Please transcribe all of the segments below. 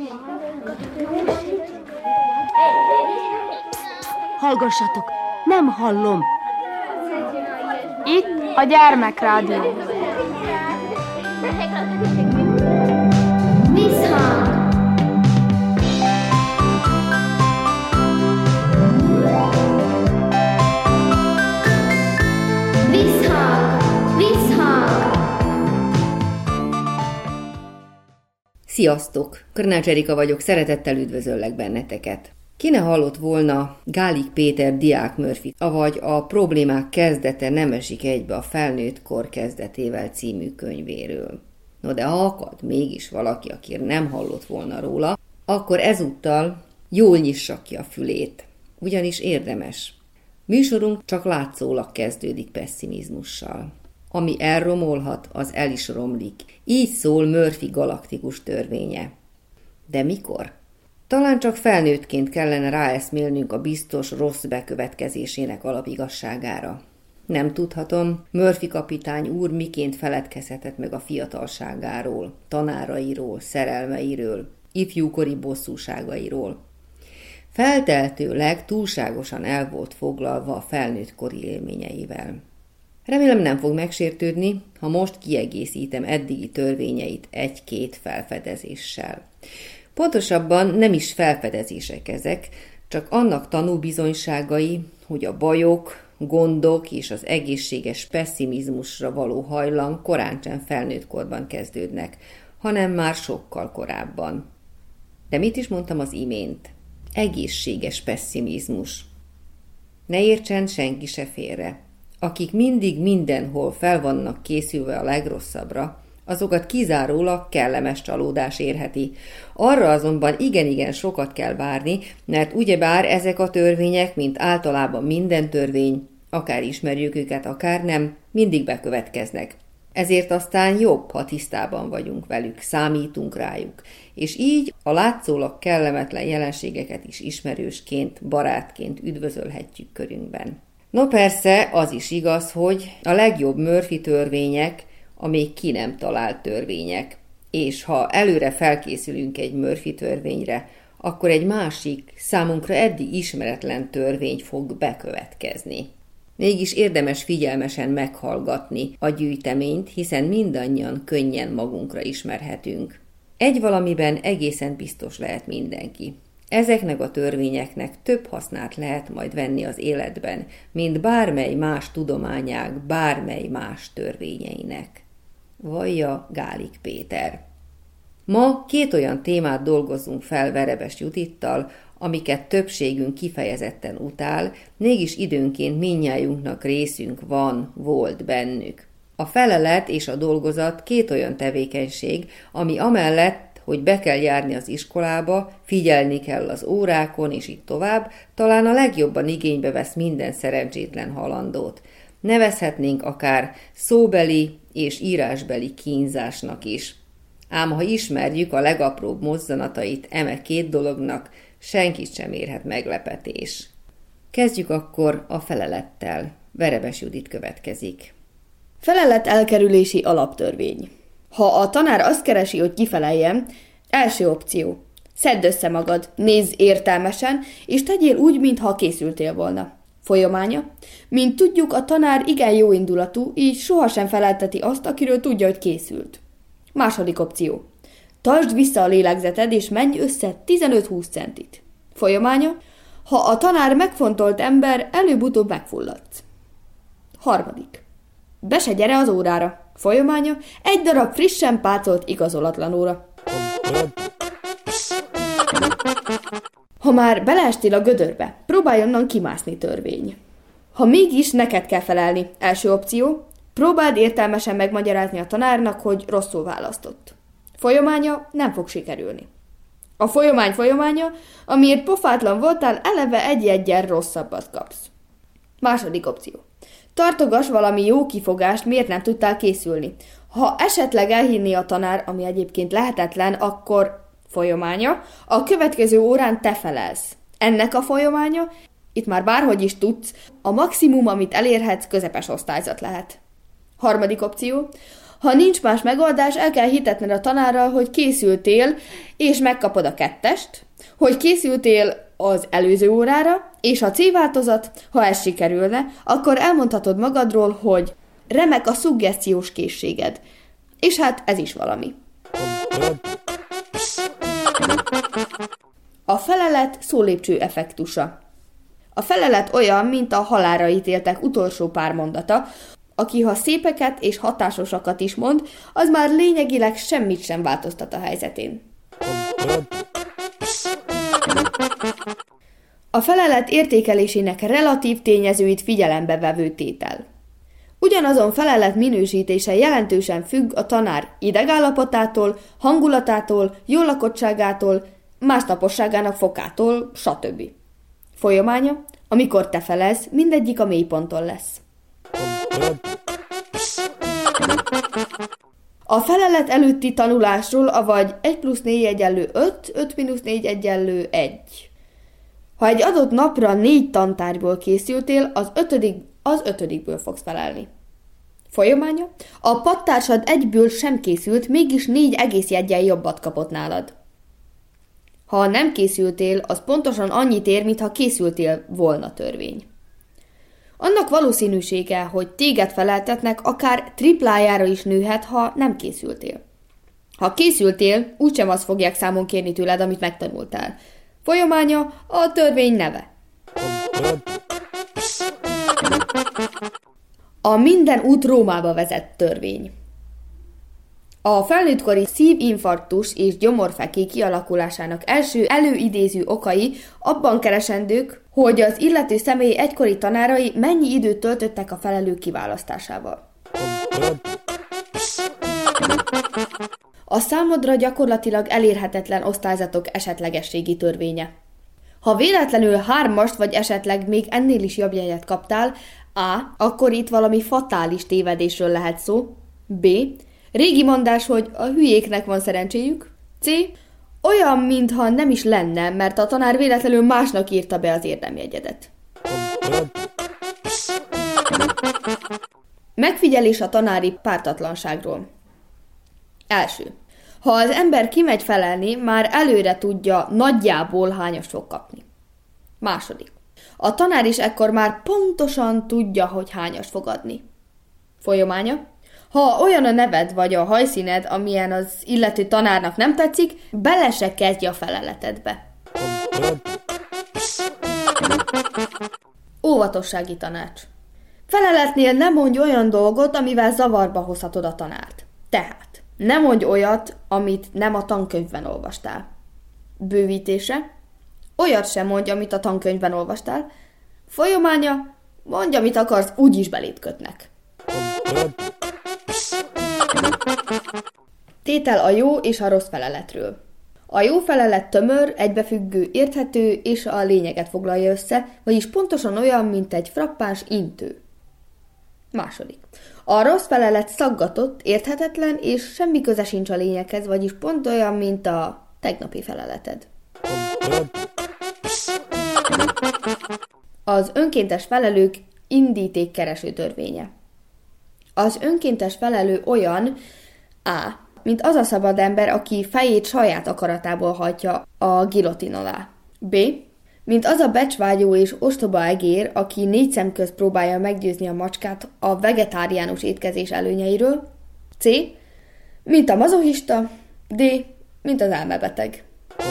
Hallgassatok, nem hallom. Itt a gyermekrádió. Visszhang. Visszhang. Visszhang. Sziasztok! Körnács Erika vagyok, szeretettel üdvözöllek benneteket. Ki ne hallott volna Gálik Péter Diák Murphy, avagy a Problémák kezdete nem esik egybe a felnőtt kor kezdetével című könyvéről. No de ha akad mégis valaki, aki nem hallott volna róla, akkor ezúttal jól nyissa ki a fülét, ugyanis érdemes. Műsorunk csak látszólag kezdődik pessimizmussal. Ami elromolhat, az el is romlik. Így szól Murphy galaktikus törvénye. De mikor? Talán csak felnőttként kellene ráeszmélnünk a biztos rossz bekövetkezésének alapigazságára. Nem tudhatom, Murphy kapitány úr miként feledkezhetett meg a fiatalságáról, tanárairól, szerelmeiről, ifjúkori bosszúságairól. Feltehetőleg túlságosan el volt foglalva a felnőttkori élményeivel. Remélem nem fog megsértődni, ha most kiegészítem eddigi törvényeit egy-két felfedezéssel. Pontosabban nem is felfedezések ezek, csak annak tanúbizonyságai, hogy a bajok, gondok és az egészséges pessimizmusra való hajlam korántsem felnőttkorban kezdődnek, hanem már sokkal korábban. De mit is mondtam az imént? Egészséges pessimizmus. Ne értsen senki se félre. Akik mindig mindenhol fel vannak készülve a legrosszabbra, azokat kizárólag kellemes csalódás érheti. Arra azonban igen sokat kell várni, mert ugyebár ezek a törvények, mint általában minden törvény, akár ismerjük őket, akár nem, mindig bekövetkeznek. Ezért aztán jobb, ha tisztában vagyunk velük, számítunk rájuk, és így a látszólag kellemetlen jelenségeket is ismerősként, barátként üdvözölhetjük körünkben. No persze, az is igaz, hogy a legjobb Murphy törvények a még ki nem talált törvények, és ha előre felkészülünk egy Murphy törvényre, akkor egy másik, számunkra eddig ismeretlen törvény fog bekövetkezni. Mégis érdemes figyelmesen meghallgatni a gyűjteményt, hiszen mindannyian könnyen magunkra ismerhetünk. Egy valamiben egészen biztos lehet mindenki. Ezeknek a törvényeknek több hasznát lehet majd venni az életben, mint bármely más tudományág, bármely más törvényeinek. Vallja Gálik Péter. Ma két olyan témát dolgozzunk fel Verebes Judittal, amiket többségünk kifejezetten utál, mégis időnként mindnyájunknak részünk volt bennük. A felelet és a dolgozat két olyan tevékenység, ami amellett, hogy be kell járni az iskolába, figyelni kell az órákon, és így tovább, talán a legjobban igénybe vesz minden szerencsétlen halandót. Nevezhetnénk akár szóbeli és írásbeli kínzásnak is. Ám ha ismerjük a legapróbb mozzanatait eme két dolognak, senkit sem érhet meglepetés. Kezdjük akkor a felelettel. Verebes Judit következik. Felelet elkerülési alaptörvény. Ha a tanár azt keresi, hogy kifeleljen, első opció. Szedd össze magad, nézz értelmesen, és tegyél úgy, mintha készültél volna. Folyamánya. Mint tudjuk, a tanár igen jóindulatú, így sohasem felelteti azt, akiről tudja, hogy készült. Második opció. Tartsd vissza a lélegzeted, és menj össze 15-20 centit. Folyamánya. Ha a tanár megfontolt ember, előbb-utóbb megfulladsz. Harmadik. Be se gyere az órára. Folyamánya, egy darab frissen pácolt igazolatlan óra. Ha már beleestél a gödörbe, próbálj onnan kimászni törvény. Ha mégis neked kell felelni, első opció, próbáld értelmesen megmagyarázni a tanárnak, hogy rosszul választott. Folyamánya, nem fog sikerülni. A folyamánya, amiért pofátlan voltál, eleve egy-egyen rosszabbat kapsz. Második opció. Tartogass valami jó kifogást, miért nem tudtál készülni. Ha esetleg elhinné a tanár, ami egyébként lehetetlen, akkor folyamánya, a következő órán te felelsz. Ennek a folyamánya, itt már bárhogy is tudsz, a maximum, amit elérhetsz, közepes osztályzat lehet. Harmadik opció. Ha nincs más megoldás, el kell hitetned a tanárral, hogy készültél, és megkapod a 2-est, hogy készültél az előző órára, és a C-változat, ha ez sikerülne, akkor elmondhatod magadról, hogy remek a szuggesztiós készséged. És hát ez is valami. A felelet szólépcső effektusa. A felelet olyan, mint a halálra ítéltek utolsó pár mondata, aki ha szépeket és hatásosakat is mond, az már lényegileg semmit sem változtat a helyzetén. A felelet értékelésének relatív tényezőit figyelembe vevő tétel. Ugyanazon felelet minősítése jelentősen függ a tanár idegállapotától, hangulatától, jól lakottságától, másnaposságának fokától, stb. Folyamánya, amikor te felelsz, mindegyik a mélyponton lesz. A felelet előtti tanulásról, avagy 1 + 4 = 5, 5 - 4 = 1. Ha egy adott napra 4 tantárgyból készültél, az ötödikből fogsz felelni. Folyamánya, a padtársad egyből sem készült, mégis 4 egész jeggyel jobbat kapott nálad. Ha nem készültél, az pontosan annyit ér, mintha készültél volna törvény. Annak valószínűsége, hogy téged feleltetnek, akár triplájára is nőhet, ha nem készültél. Ha készültél, úgysem azt fogják számon kérni tőled, amit megtanultál. Folyamánya, a törvény neve. A minden út Rómába vezet törvény. A felnőttkori szívinfarktus és gyomorfekély kialakulásának első előidéző okai abban keresendők, hogy az illető személy egykori tanárai mennyi időt töltöttek a felelők kiválasztásával. A számodra gyakorlatilag elérhetetlen osztályzatok esetlegességi törvénye. Ha véletlenül 3-ast vagy esetleg még ennél is jobb jegyet kaptál, A. Akkor itt valami fatális tévedésről lehet szó. B. Régi mondás, hogy a hülyéknek van szerencséjük. C. Olyan, mintha nem is lenne, mert a tanár véletlenül másnak írta be az érdemjegyedet. Megfigyelés a tanári pártatlanságról. Első. Ha az ember kimegy felelni, már előre tudja nagyjából hányast fog kapni. Második. A tanár is ekkor már pontosan tudja, hogy hányast fog adni. Folyamánya. Ha olyan a neved vagy a hajszíned, amilyen az illető tanárnak nem tetszik, bele se kezdje a feleletedbe. Óvatossági tanács. Feleletnél nem mondj olyan dolgot, amivel zavarba hozhatod a tanárt. Tehát ne mondj olyat, amit nem a tankönyvben olvastál. Bővítése. Olyat sem mondj, amit a tankönyvben olvastál. Folyamánya. Mondj, amit akarsz, úgyis beléd kötnek. Tétel a jó és a rossz feleletről. A jó felelet tömör, egybefüggő, érthető és a lényeget foglalja össze, vagyis pontosan olyan, mint egy frappáns intő. Második. A rossz felelet szaggatott, érthetetlen és semmi köze sincs a lényeghez, vagyis pont olyan, mint a tegnapi feleleted. Az önkéntes felelők indítékkereső törvénye. Az önkéntes felelő olyan, A. mint az a szabad ember, aki fejét saját akaratából hajtja a gilotin alá. B. mint az a becsvágyó és ostoba egér, aki 4 szem közt próbálja meggyőzni a macskát a vegetáriánus étkezés előnyeiről. C. mint a mazochista. D. mint az elmebeteg.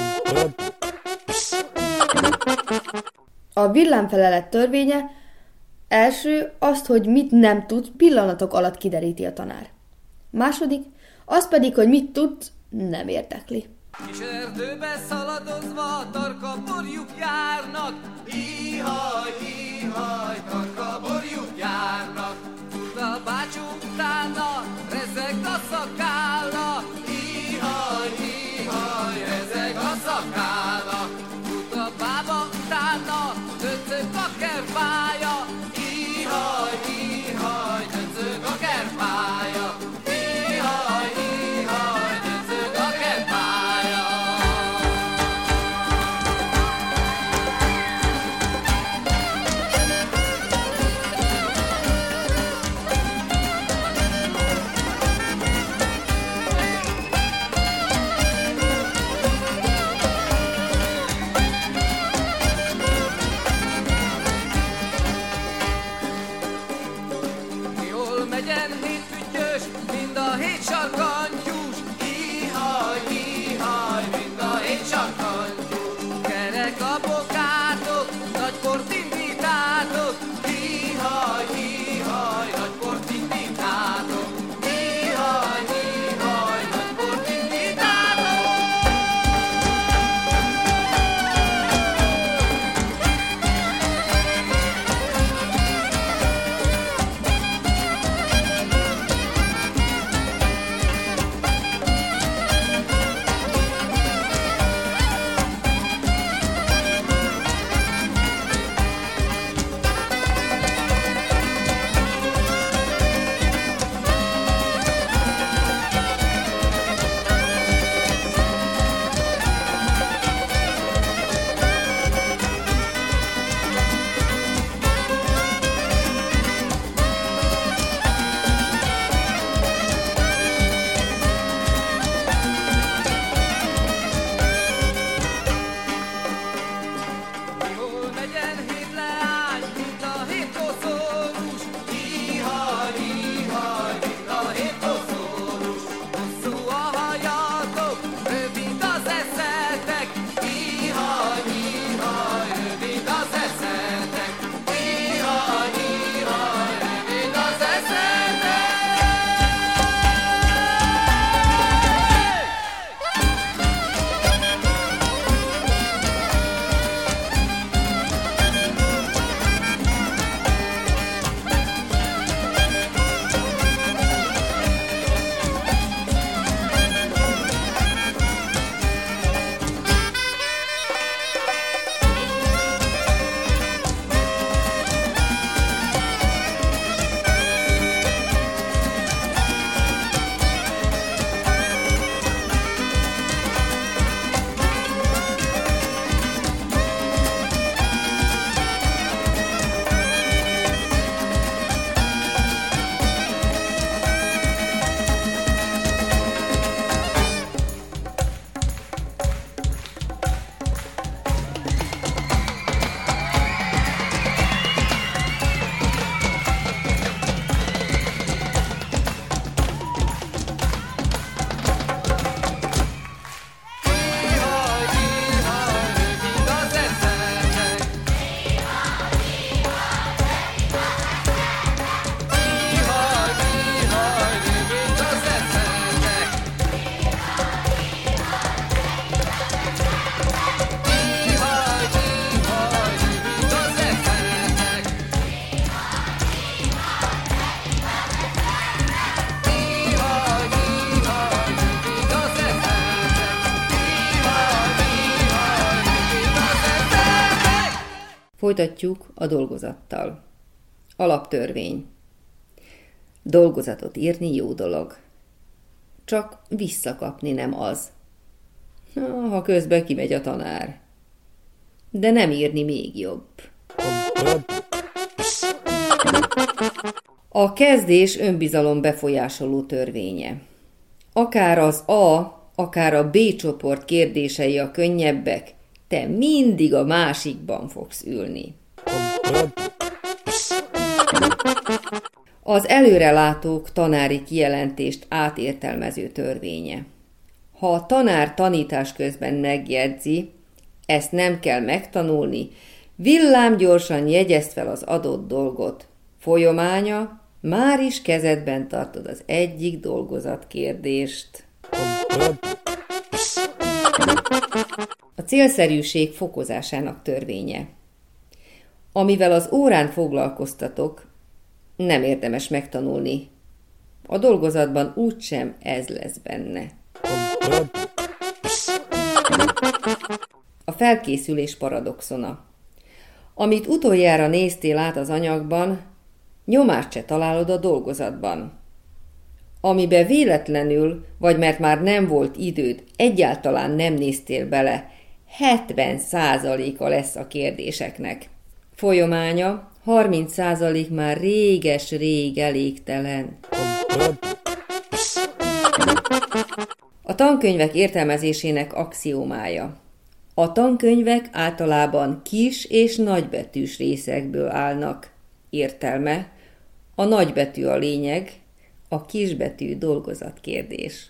A villámfelelet törvénye. Első, azt, hogy mit nem tud, pillanatok alatt kideríti a tanár. Második, az pedig, hogy mit tud, nem érdekli. Kis erdőbe szaladozva tarka borjuk járnak, híhaj, híhaj, tarka borjuk járnak. Fut a bácsú utána, rezeg a szakálla, híhaj, híhaj, rezeg a szakálla. Fut a bába utána, döcög a kerpája, híhaj, híhaj, döcög a kerpája. Híhaj, híhaj, döcög a kerpája. Folytatjuk a dolgozattal. Alaptörvény. Dolgozatot írni jó dolog. Csak visszakapni nem az. Ha közben kimegy a tanár. De nem írni még jobb. A kezdés önbizalom befolyásoló törvénye. Akár az A, akár a B csoport kérdései a könnyebbek, te mindig a másikban fogsz ülni. Az előrelátók tanári kijelentést átértelmező törvénye. Ha a tanár tanítás közben megjegyzi, ezt nem kell megtanulni, villámgyorsan jegyezd fel az adott dolgot. Folyamánya, már is kezedben tartod az egyik dolgozatkérdést. A célszerűség fokozásának törvénye. Amivel az órán foglalkoztatok, nem érdemes megtanulni. A dolgozatban úgysem ez lesz benne. A felkészülés paradoxona. Amit utoljára néztél át az anyagban, nyomást se találod a dolgozatban. Amibe véletlenül, vagy mert már nem volt időd, egyáltalán nem néztél bele, 70%-a lesz a kérdéseknek. Folyamánya, 30% már réges-rég elégtelen. A tankönyvek értelmezésének axiómája. A tankönyvek általában kis- és nagybetűs részekből állnak. Értelme: a nagybetű a lényeg, a kisbetű dolgozatkérdés.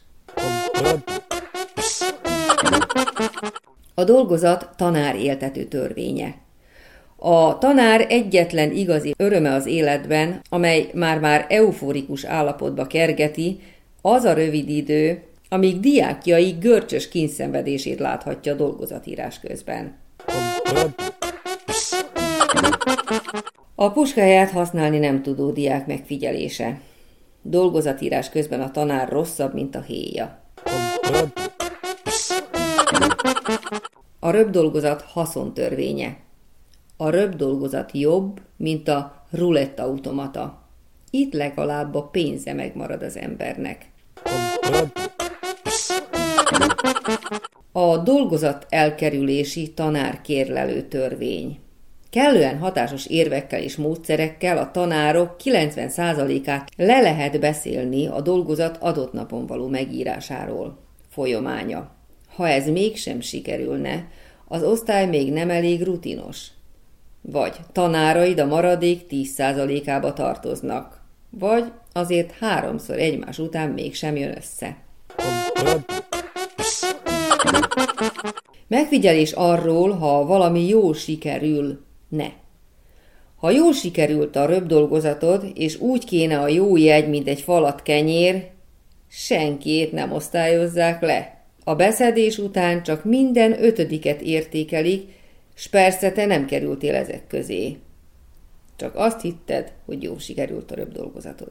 A dolgozat tanár éltető törvénye. A tanár egyetlen igazi öröme az életben, amely már-már euforikus állapotba kergeti, az a rövid idő, amíg diákjai görcsös kínszenvedését láthatja dolgozatírás közben. A puskáját használni nem tudó diák megfigyelése. Dolgozatírás közben a tanár rosszabb, mint a héja. A röpdolgozat haszontörvénye. A röpdolgozat jobb, mint a rulettautomata. Itt legalább a pénze megmarad az embernek. A dolgozat elkerülési tanárkérlelő törvény. Kellően hatásos érvekkel és módszerekkel a tanárok 90%-át le lehet beszélni a dolgozat adott napon való megírásáról. Folyamánya. Ha ez mégsem sikerülne, az osztály még nem elég rutinos. Vagy tanáraid a maradék 10%-ába tartoznak. Vagy azért 3-szor egymás után mégsem jön össze. Megfigyelés arról, ha valami jól sikerül, ne. Ha jól sikerült a röpdolgozatod, és úgy kéne a jó jegy, mint egy falat kenyér, senkit nem osztályozzák le. A beszedés után csak minden 5-et értékelik, s persze te nem kerültél ezek közé. Csak azt hitted, hogy jól sikerült a röpdolgozatod.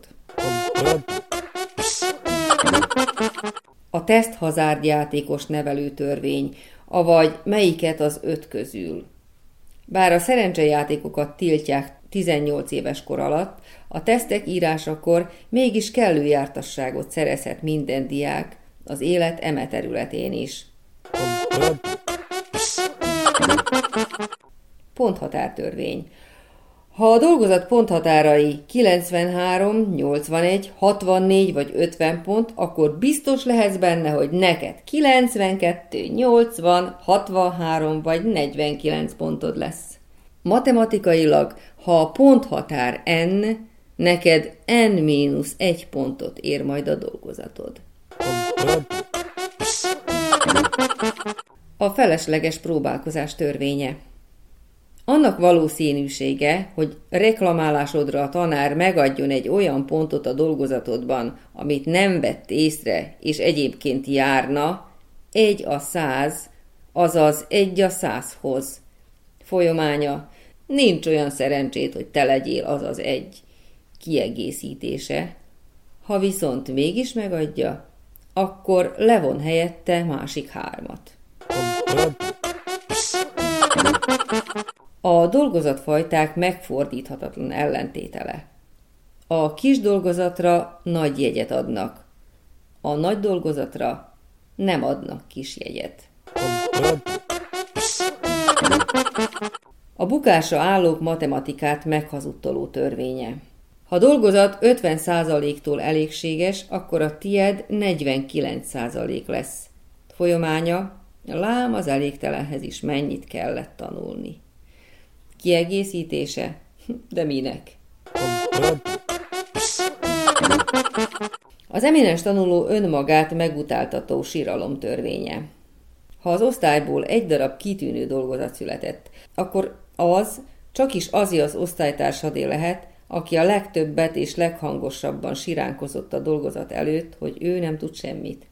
A teszt hazárdjátékos nevelő törvény, avagy melyiket az 5 közül. Bár a szerencsejátékokat tiltják 18 éves kor alatt, a tesztek írásakor mégis kellő jártasságot szerezhet minden diák az élet eme területén is. Ponthatártörvény. Ha a dolgozat ponthatárai 93, 81, 64 vagy 50 pont, akkor biztos lehetsz benne, hogy neked 92, 80, 63 vagy 49 pontod lesz. Matematikailag, ha a ponthatár n, neked n-1 pontot ér majd a dolgozatod. A felesleges próbálkozás törvénye. Annak valószínűsége, hogy reklamálásodra a tanár megadjon egy olyan pontot a dolgozatodban, amit nem vett észre, és egyébként járna, 1/100, azaz 1/100-hoz. Folyamánya. Nincs olyan szerencsét, hogy te legyél azaz 1 kiegészítése. Ha viszont mégis megadja, akkor levon helyette másik 3-at. A dolgozatfajták megfordíthatatlan ellentétele. A kis dolgozatra nagy jegyet adnak, a nagy dolgozatra nem adnak kis jegyet. A bukásra állók matematikát meghazudtoló törvénye. Ha a dolgozat 50%-tól elégséges, akkor a tied 49% lesz. Folyamánya, lám az elégtelenhez is mennyit kellett tanulni. Kiegészítése? De minek? Az eminens tanuló önmagát megutáltató síralom törvénye. Ha az osztályból egy darab kitűnő dolgozat született, akkor az csakis az osztálytársadé lehet, aki a legtöbbet és leghangosabban siránkozott a dolgozat előtt, hogy ő nem tud semmit.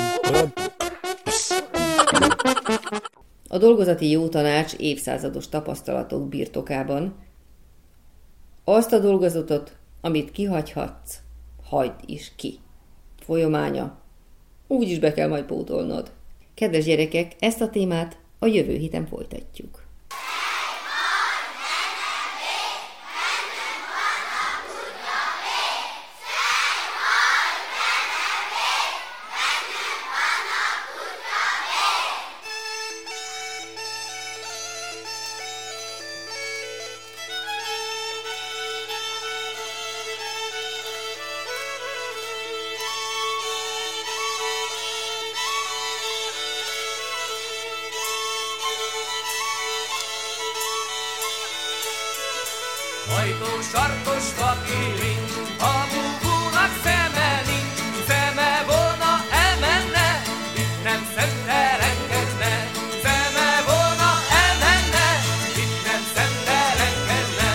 A dolgozati jó tanács évszázados tapasztalatok birtokában: azt a dolgozatot, amit kihagyhatsz, hagyd is ki. Folyamánya, úgyis be kell majd pótolnod. Kedves gyerekek, ezt a témát a jövő héten folytatjuk. Ajtó sarkos fakilincs, a búbúnak szeme nincs, szeme volna elmenne, itt nem szentelenkedne. Szeme volna elmenne, itt nem szentelenkedne.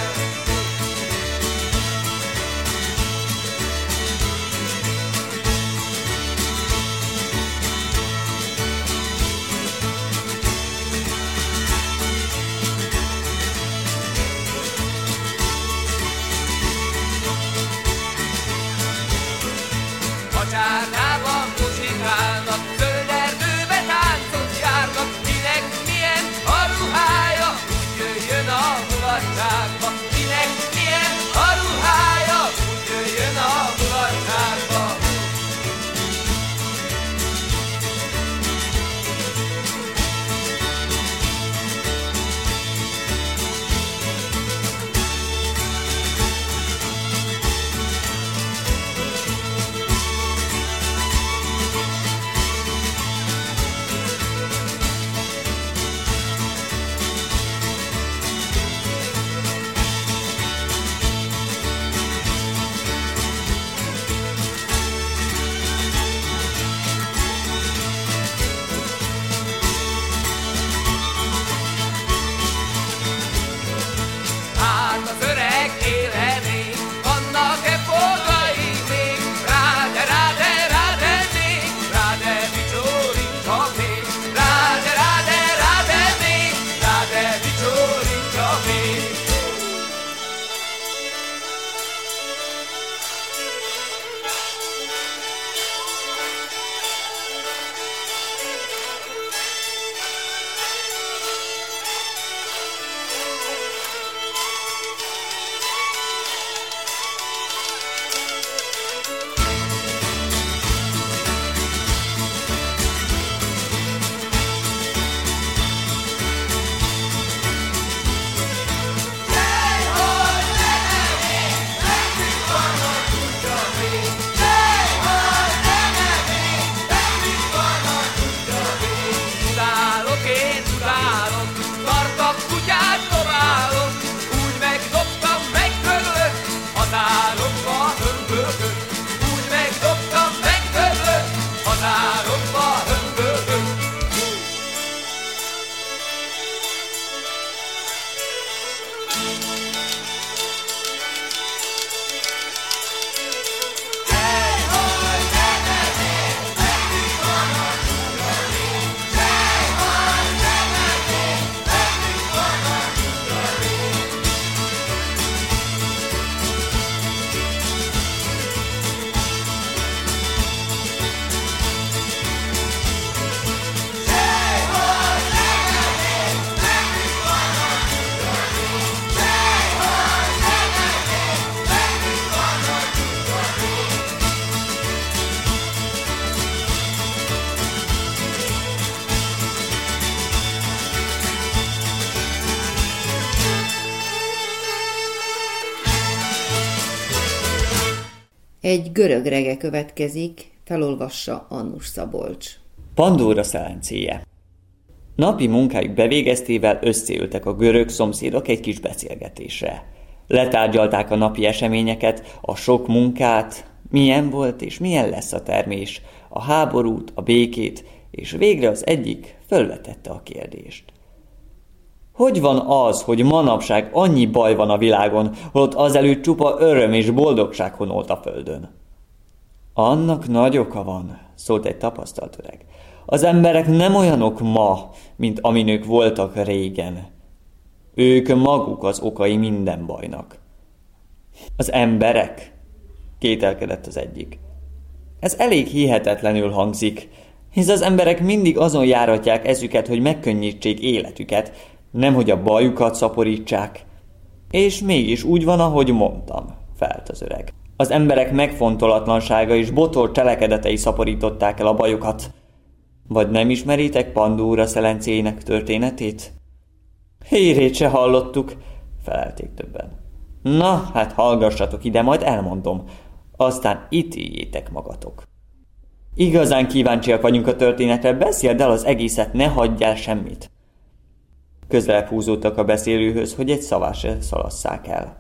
Egy görög rege következik, felolvassa Annus Szabolcs. Pandóra szelencéje. Napi munkájuk bevégeztével összeültek a görög szomszédok egy kis beszélgetésre. Letárgyalták a napi eseményeket, a sok munkát, milyen volt és milyen lesz a termés, a háborút, a békét, és végre az egyik fölvetette a kérdést. Hogy van az, hogy manapság annyi baj van a világon, holott azelőtt csupa öröm és boldogság honolt a földön? Annak nagy oka van, szólt egy tapasztalt öreg. Az emberek nem olyanok ma, mint aminők voltak régen. Ők maguk az okai minden bajnak. Az emberek? Kételkedett az egyik. Ez elég hihetetlenül hangzik, hisz az emberek mindig azon járatják eszüket, hogy megkönnyítsék életüket, nemhogy a bajukat szaporítsák. És mégis úgy van, ahogy mondtam, felt az öreg. Az emberek megfontolatlansága és botor cselekedetei szaporították el a bajukat. Vagy nem ismeritek Pandóra szelencéjének történetét? Hírét se hallottuk, felelték többen. Na, hát hallgassatok ide, majd elmondom, aztán ítéljétek magatok. Igazán kíváncsiak vagyunk a történetre, beszéld el az egészet, ne hagyjál semmit. Közelebb húzódtak a beszélőhöz, hogy egy szavát se szalasszák el.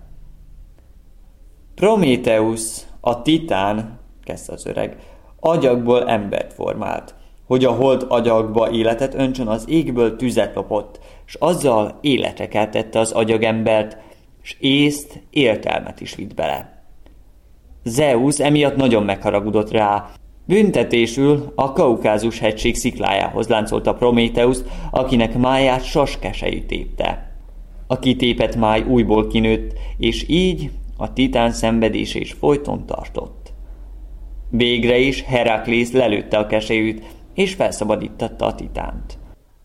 Prométeusz, a titán, kezdte az öreg, agyagból embert formált, hogy a hold agyagba életet öntsön, az égből tüzet lopott, s azzal életre keltette az agyagembert, s észt, értelmet is vitt bele. Zeusz emiatt nagyon megharagudott rá. Büntetésül a Kaukázus hegység sziklájához láncolta Prométeusz, akinek máját saskesejű tépte. A kitépett máj újból kinőtt, és így a titán szenvedése is folyton tartott. Végre is Heraklész lelőtte a keselyűt, és felszabadítatta a titánt.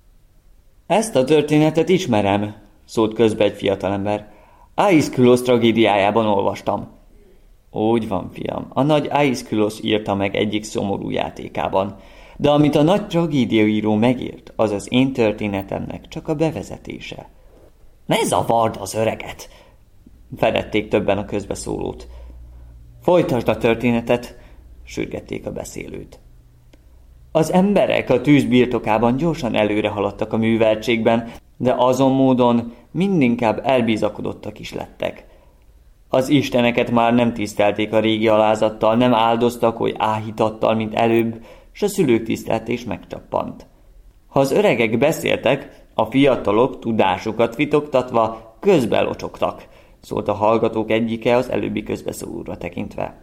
Ezt a történetet ismerem, szólt közbe egy fiatalember. Aiszkülosz tragédiájában olvastam. Úgy van, fiam, a nagy Aiszkülosz írta meg egyik szomorú játékában, de amit a nagy tragédiaíró megírt, az az én történetemnek csak a bevezetése. Ne zavard az öreget! Fedették többen a közbeszólót. Folytasd a történetet, sürgették a beszélőt. Az emberek a tűz birtokában gyorsan előre haladtak a műveltségben, de azon módon mindinkább elbizakodottak is lettek. Az isteneket már nem tisztelték a régi alázattal, nem áldoztak oly áhítattal, mint előbb, s a szülők tisztelte is megcsappant. Ha az öregek beszéltek, a fiatalok tudásukat fitoktatva közbe locsogtak, szólt a hallgatók egyike az előbbi közbeszólóra tekintve.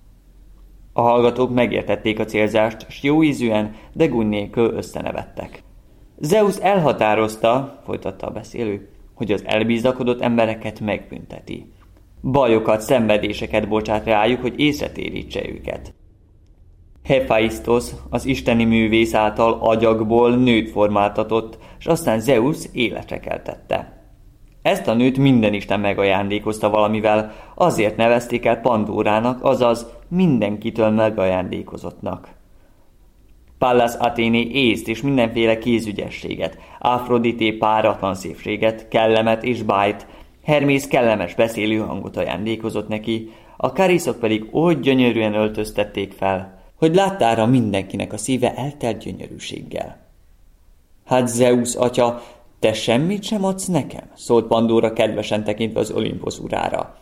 A hallgatók megértették a célzást, s jóízűen, de gúny nélkül összenevettek. Zeusz elhatározta, folytatta a beszélő, hogy az elbízdakodott embereket megbünteti. Bajokat, szenvedéseket bocsát rájuk, hogy észretérítse őket. Hephaistos, az isteni művész által agyagból nőt formáltatott, s aztán Zeusz életre keltette. Ezt a nőt minden isten megajándékozta valamivel, azért nevezték el Pandórának, azaz mindenkitől megajándékozottnak. Pallas Athéné észt és mindenféle kézügyességet, Afrodité páratlan szépséget, kellemet és bájt, Hermész kellemes beszélő hangot ajándékozott neki, a kariszok pedig oly gyönyörűen öltöztették fel, hogy láttára mindenkinek a szíve eltelt gyönyörűséggel. Hát Zeusz atya, te semmit sem adsz nekem? Szólt Pandóra kedvesen tekintve az Olimposz urára.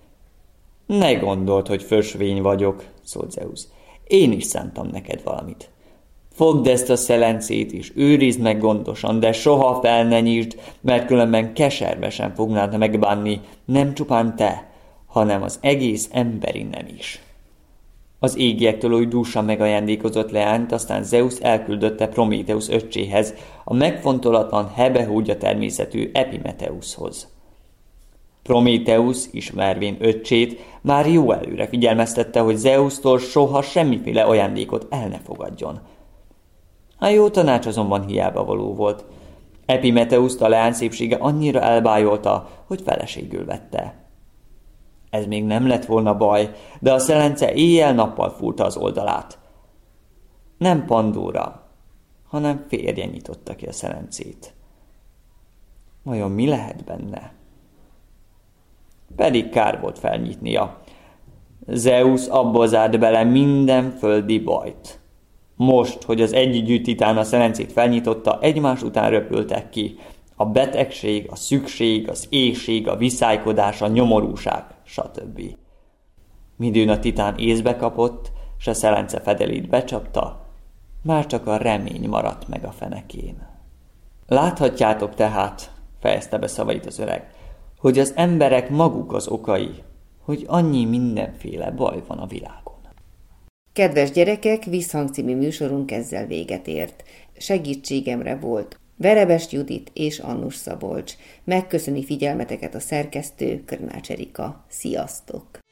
Ne gondold, hogy fösvény vagyok, szólt Zeusz. Én is szántam neked valamit. Fogd ezt a szelencét és őrizd meg gondosan, de soha fel ne nyisd, mert különben keservesen fognád megbánni, nem csupán te, hanem az egész emberi nem is. Az égiektől oly dúsan megajándékozott leányt, aztán Zeusz elküldötte Prométeusz öccséhez, a megfontolatlan hebehúgya természetű Epimeteuszhoz. Prométeusz, ismervén öccsét, már jó előre figyelmeztette, hogy Zeusztól soha semmiféle ajándékot el ne fogadjon. A jó tanács azonban hiába való volt. Epimeteuszt a leány szépsége annyira elbájolta, hogy feleségül vette. Ez még nem lett volna baj, de a szelence éjjel-nappal fúrta az oldalát. Nem Pandóra, hanem férje nyitotta ki a szelencét. Vajon mi lehet benne? Pedig kár volt felnyitnia. Zeus abba zárt bele minden földi bajt. Most, hogy az együgyű titán a szelencét felnyitotta, egymás után röpültek ki. A betegség, a szükség, az éhség, a viszálykodás, a nyomorúság, stb. Midőn a titán észbe kapott, s a szelence fedelét becsapta, már csak a remény maradt meg a fenekén. Láthatjátok tehát, fejezte be szavait az öreg, hogy az emberek maguk az okai, hogy annyi mindenféle baj van a világon. Kedves gyerekek, Visszhang című műsorunk ezzel véget ért. Segítségemre volt Verebes Judit és Annus Szabolcs. Megköszöni figyelmeteket a szerkesztő, Körnács Erika. Sziasztok!